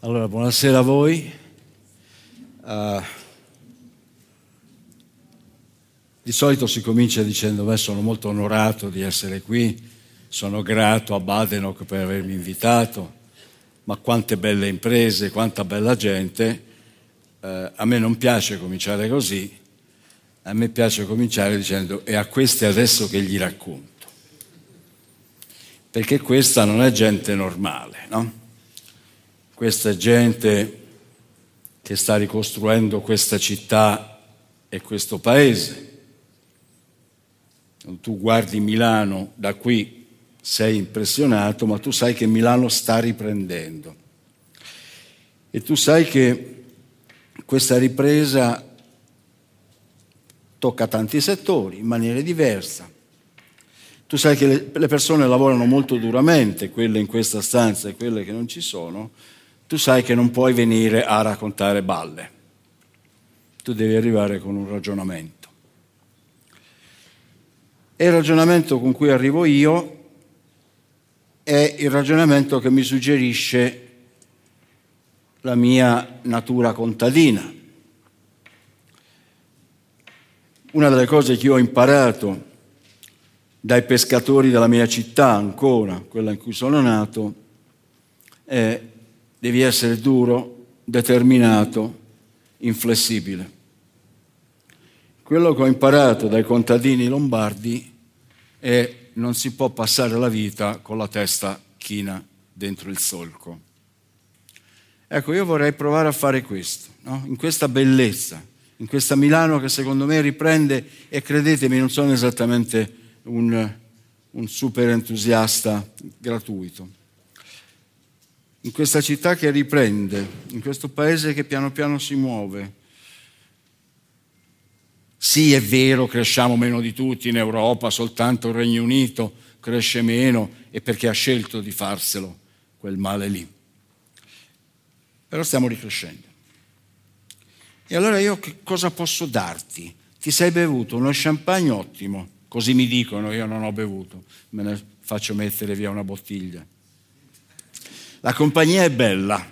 Allora, buonasera a voi. Di solito si comincia dicendo: beh, sono molto onorato di essere qui, sono grato a Badenoch per avermi invitato, ma quante belle imprese, quanta bella gente. A me non piace cominciare così, a me piace cominciare dicendo: e a questi adesso che gli racconto? Perché questa non è gente normale, no? Questa è gente che sta ricostruendo questa città e questo paese. Tu guardi Milano da qui, sei impressionato, ma tu sai che Milano sta riprendendo. E tu sai che questa ripresa tocca tanti settori in maniera diversa. Tu sai che le persone lavorano molto duramente, quelle in questa stanza e quelle che non ci sono. Tu sai che non puoi venire a raccontare balle. Tu devi arrivare con un ragionamento. E il ragionamento con cui arrivo io è il ragionamento che mi suggerisce la mia natura contadina. Una delle cose che io ho imparato dai pescatori della mia città, ancora, quella in cui sono nato, è: devi essere duro, determinato, inflessibile. Quello che ho imparato dai contadini lombardi è: non si può passare la vita con la testa china dentro il solco. Ecco, io vorrei provare a fare questo, no? In questa bellezza, in questa Milano che secondo me riprende, e credetemi, non sono esattamente un super entusiasta gratuito. In questa città che riprende, in questo paese che piano piano si muove. Sì, è vero, cresciamo meno di tutti in Europa, soltanto il Regno Unito cresce meno, e perché ha scelto di farselo, quel male lì. Però stiamo ricrescendo. E allora io che cosa posso darti? Ti sei bevuto uno champagne ottimo, così mi dicono, io non ho bevuto, me ne faccio mettere via una bottiglia. La compagnia è bella,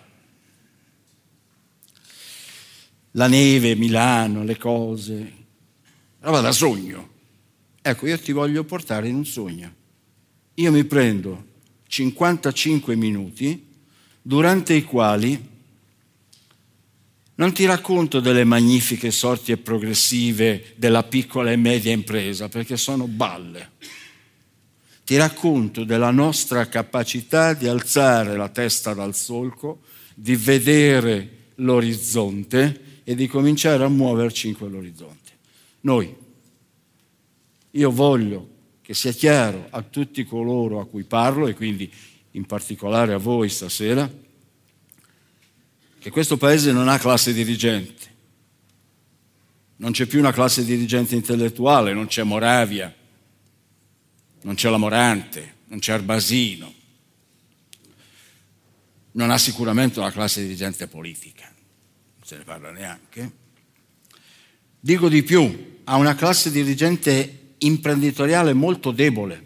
la neve, Milano, le cose, roba da sogno. Ecco, io ti voglio portare in un sogno. Io mi prendo 55 minuti durante i quali non ti racconto delle magnifiche sorti e progressive della piccola e media impresa, perché sono balle. Ti racconto della nostra capacità di alzare la testa dal solco, di vedere l'orizzonte e di cominciare a muoverci in quell'orizzonte. Io voglio che sia chiaro a tutti coloro a cui parlo, e quindi in particolare a voi stasera, che questo paese non ha classe dirigente. Non c'è più una classe dirigente intellettuale, non c'è Moravia, non c'è la Morante, non c'è Arbasino, non ha sicuramente una classe dirigente politica, non se ne parla neanche. Dico di più, ha una classe dirigente imprenditoriale molto debole,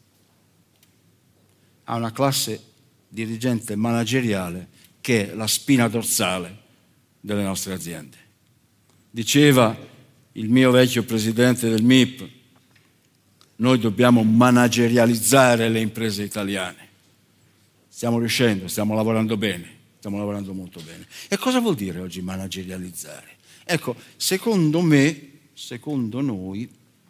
ha una classe dirigente manageriale che è la spina dorsale delle nostre aziende. Diceva il mio vecchio presidente del MIP: noi dobbiamo managerializzare le imprese italiane. Stiamo riuscendo, stiamo lavorando bene, stiamo lavorando molto bene. E cosa vuol dire oggi managerializzare? Ecco, secondo me, secondo noi,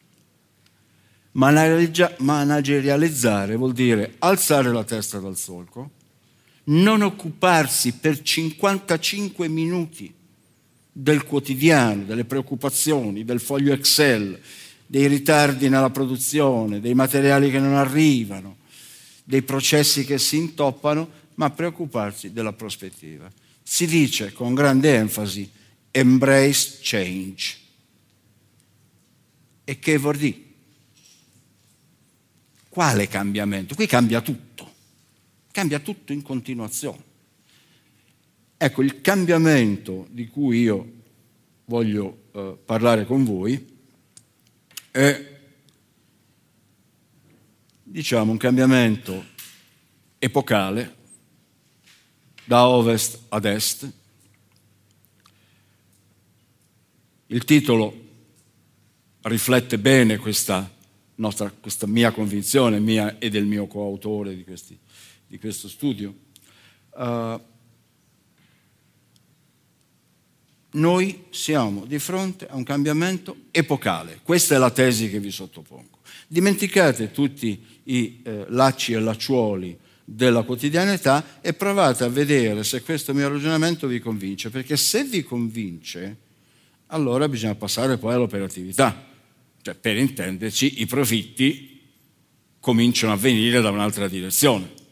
managerializzare vuol dire alzare la testa dal solco, non occuparsi per 55 minuti del quotidiano, delle preoccupazioni, del foglio Excel, dei ritardi nella produzione, dei materiali che non arrivano, dei processi che si intoppano, ma preoccuparsi della prospettiva. Si dice con grande enfasi: embrace change. E che vuol dire? Quale cambiamento? Qui cambia tutto in continuazione. Ecco, il cambiamento di cui io voglio parlare con voi è, diciamo, un cambiamento epocale, da ovest ad est. Il titolo riflette bene questa mia convinzione, mia e del mio coautore di questo studio. Noi siamo di fronte a un cambiamento epocale. Questa è la tesi che vi sottopongo. Dimenticate tutti i lacci e lacciuoli della quotidianità e provate a vedere se questo mio ragionamento vi convince, perché se vi convince, allora bisogna passare poi all'operatività. Cioè, per intenderci, i profitti cominciano a venire da un'altra direzione.